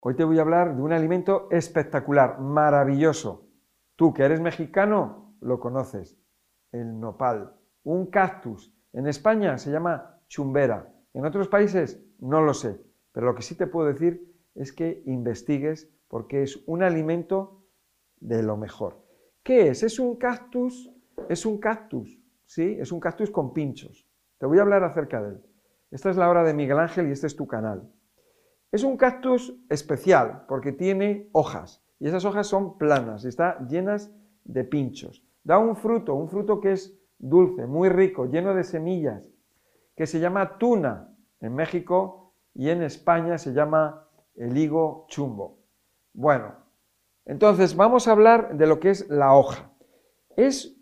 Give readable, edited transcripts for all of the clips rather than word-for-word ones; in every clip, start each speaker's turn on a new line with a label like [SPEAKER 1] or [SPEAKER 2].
[SPEAKER 1] Hoy te voy a hablar de un alimento espectacular, maravilloso. Tú que eres mexicano, lo conoces, el nopal, un cactus. En España se llama chumbera, en otros países no lo sé, pero lo que sí te puedo decir es que investigues porque es un alimento de lo mejor. ¿Qué es? Es un cactus, ¿sí? Es un cactus con pinchos. Te voy a hablar acerca de él. Esta es la hora de Miguel Ángel y este es tu canal. Es un cactus especial porque tiene hojas y esas hojas son planas y están llenas de pinchos. Da un fruto que es dulce, muy rico, lleno de semillas, que se llama tuna en México y en España se llama el higo chumbo. Bueno, entonces vamos a hablar de lo que es la hoja. Es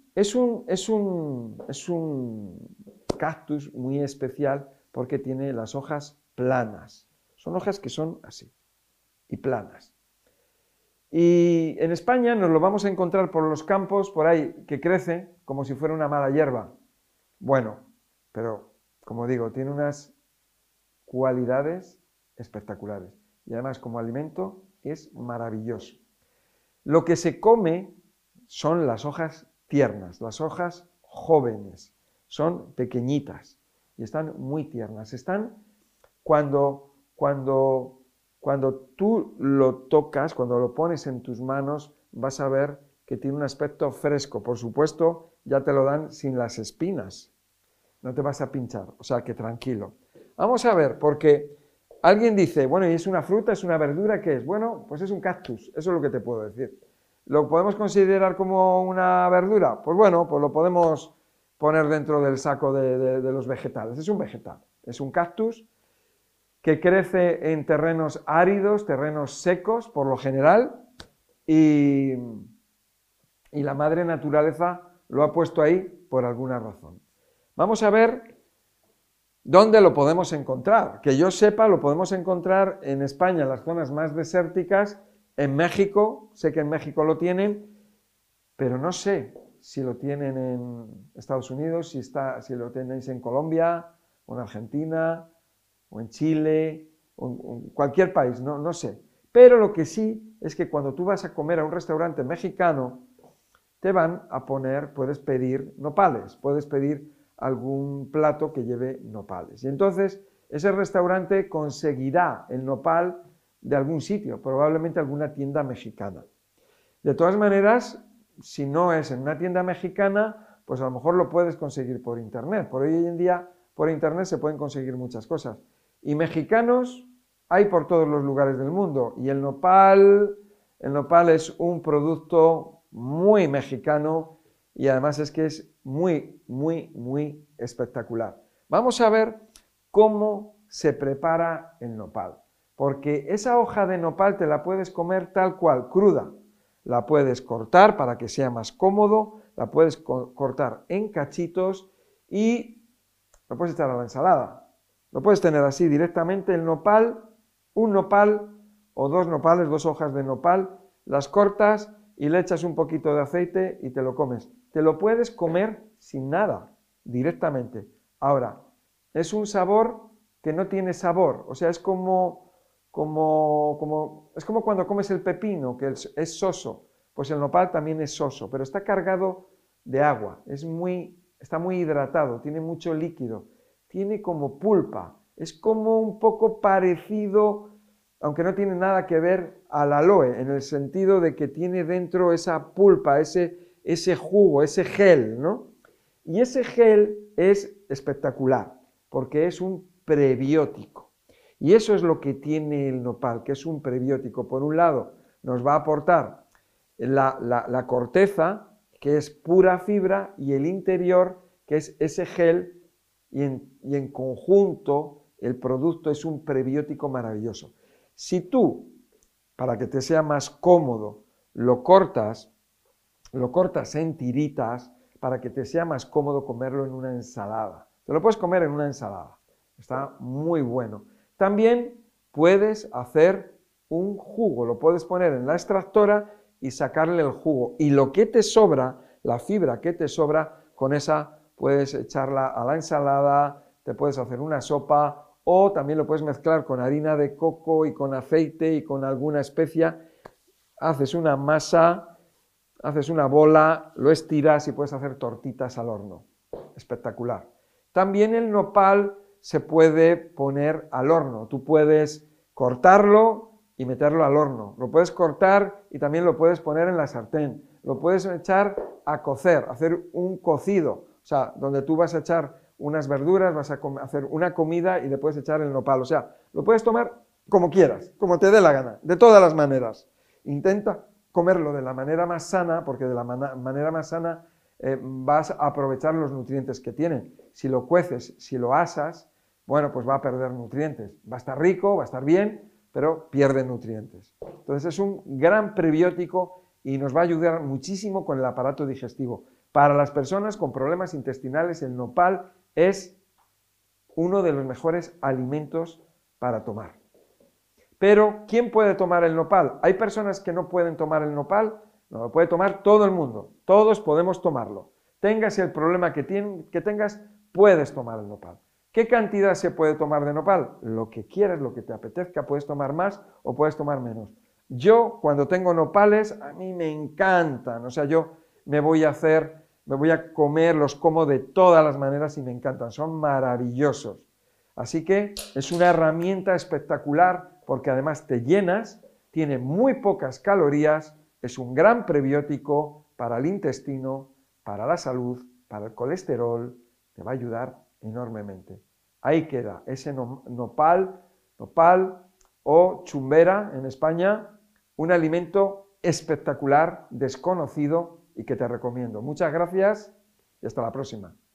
[SPEAKER 1] un cactus muy especial porque tiene las hojas planas. Son hojas que son así y planas. Y en España nos lo vamos a encontrar por los campos, por ahí, que crece como si fuera una mala hierba. Bueno, pero como digo, tiene unas cualidades espectaculares. Y además como alimento es maravilloso. Lo que se come son las hojas tiernas, las hojas jóvenes. Son pequeñitas y están muy tiernas. Están cuando tú lo tocas, cuando lo pones en tus manos, vas a ver que tiene un aspecto fresco. Por supuesto, ya te lo dan sin las espinas. No te vas a pinchar, o sea que tranquilo. Vamos a ver, porque alguien dice, bueno, ¿y es una fruta, es una verdura, qué es? Bueno, pues es un cactus, eso es lo que te puedo decir. ¿Lo podemos considerar como una verdura? Pues bueno, pues lo podemos poner dentro del saco de los vegetales. Es un vegetal, es un cactus que crece en terrenos áridos, terrenos secos por lo general, y la madre naturaleza lo ha puesto ahí por alguna razón. Vamos a ver dónde lo podemos encontrar. Que yo sepa, lo podemos encontrar en España, en las zonas más desérticas, en México, sé que en México lo tienen, pero no sé si lo tienen en Estados Unidos, si lo tenéis en Colombia o en Argentina, o en Chile, o en cualquier país, no sé. Pero lo que sí es que cuando tú vas a comer a un restaurante mexicano, te van a poner, puedes pedir nopales, puedes pedir algún plato que lleve nopales. Y entonces ese restaurante conseguirá el nopal de algún sitio, probablemente alguna tienda mexicana. De todas maneras, si no es en una tienda mexicana, pues a lo mejor lo puedes conseguir por internet. Por hoy en día, por internet se pueden conseguir muchas cosas. Y mexicanos hay por todos los lugares del mundo. Y el nopal es un producto muy mexicano y además es que es muy, muy, muy espectacular. Vamos a ver cómo se prepara el nopal. Porque esa hoja de nopal te la puedes comer tal cual, cruda. La puedes cortar para que sea más cómodo, la puedes cortar en cachitos y lo puedes echar a la ensalada. Lo puedes tener así directamente el nopal, un nopal o dos nopales, dos hojas de nopal, las cortas y le echas un poquito de aceite y te lo comes. Te lo puedes comer sin nada, directamente. Ahora, es un sabor que no tiene sabor, o sea, es como cuando comes el pepino, que es soso, pues el nopal también es soso, pero está cargado de agua, está muy hidratado, tiene mucho líquido, tiene como pulpa, es como un poco parecido, aunque no tiene nada que ver al aloe, en el sentido de que tiene dentro esa pulpa, ese jugo, ese gel, ¿no? Y ese gel es espectacular, porque es un prebiótico. Y eso es lo que tiene el nopal, que es un prebiótico. Por un lado, nos va a aportar la corteza, que es pura fibra, y el interior, que es ese gel, y en conjunto el producto es un prebiótico maravilloso. Si tú, para que te sea más cómodo, lo cortas en tiritas, para que te sea más cómodo comerlo en una ensalada. Te lo puedes comer en una ensalada, está muy bueno. También puedes hacer un jugo, lo puedes poner en la extractora y sacarle el jugo. Y lo que te sobra, la fibra que te sobra, con esa puedes echarla a la ensalada, te puedes hacer una sopa o también lo puedes mezclar con harina de coco y con aceite y con alguna especia. Haces una masa, haces una bola, lo estiras y puedes hacer tortitas al horno. Espectacular. También el nopal se puede poner al horno. Tú puedes cortarlo y meterlo al horno. Lo puedes cortar y también lo puedes poner en la sartén. Lo puedes echar a cocer, hacer un cocido. O sea, donde tú vas a echar unas verduras, vas a hacer una comida y le puedes echar el nopal. O sea, lo puedes tomar como quieras, como te dé la gana, de todas las maneras. Intenta comerlo de la manera más sana, porque de la manera más sana vas a aprovechar los nutrientes que tienen. Si lo cueces, si lo asas, bueno, pues va a perder nutrientes. Va a estar rico, va a estar bien, pero pierde nutrientes. Entonces es un gran prebiótico y nos va a ayudar muchísimo con el aparato digestivo. Para las personas con problemas intestinales, el nopal es uno de los mejores alimentos para tomar. Pero, ¿quién puede tomar el nopal? ¿Hay personas que no pueden tomar el nopal? No, lo puede tomar todo el mundo. Todos podemos tomarlo. Tengas el problema que tengas, puedes tomar el nopal. ¿Qué cantidad se puede tomar de nopal? Lo que quieras, lo que te apetezca. Puedes tomar más o puedes tomar menos. Yo, cuando tengo nopales, a mí me encantan. O sea, yo me voy a comer, los como de todas las maneras y me encantan. Son maravillosos. Así que es una herramienta espectacular porque además te llenas, tiene muy pocas calorías, es un gran prebiótico para el intestino, para la salud, para el colesterol, te va a ayudar enormemente. Ahí queda ese nopal o chumbera en España, un alimento espectacular, desconocido y que te recomiendo. Muchas gracias y hasta la próxima.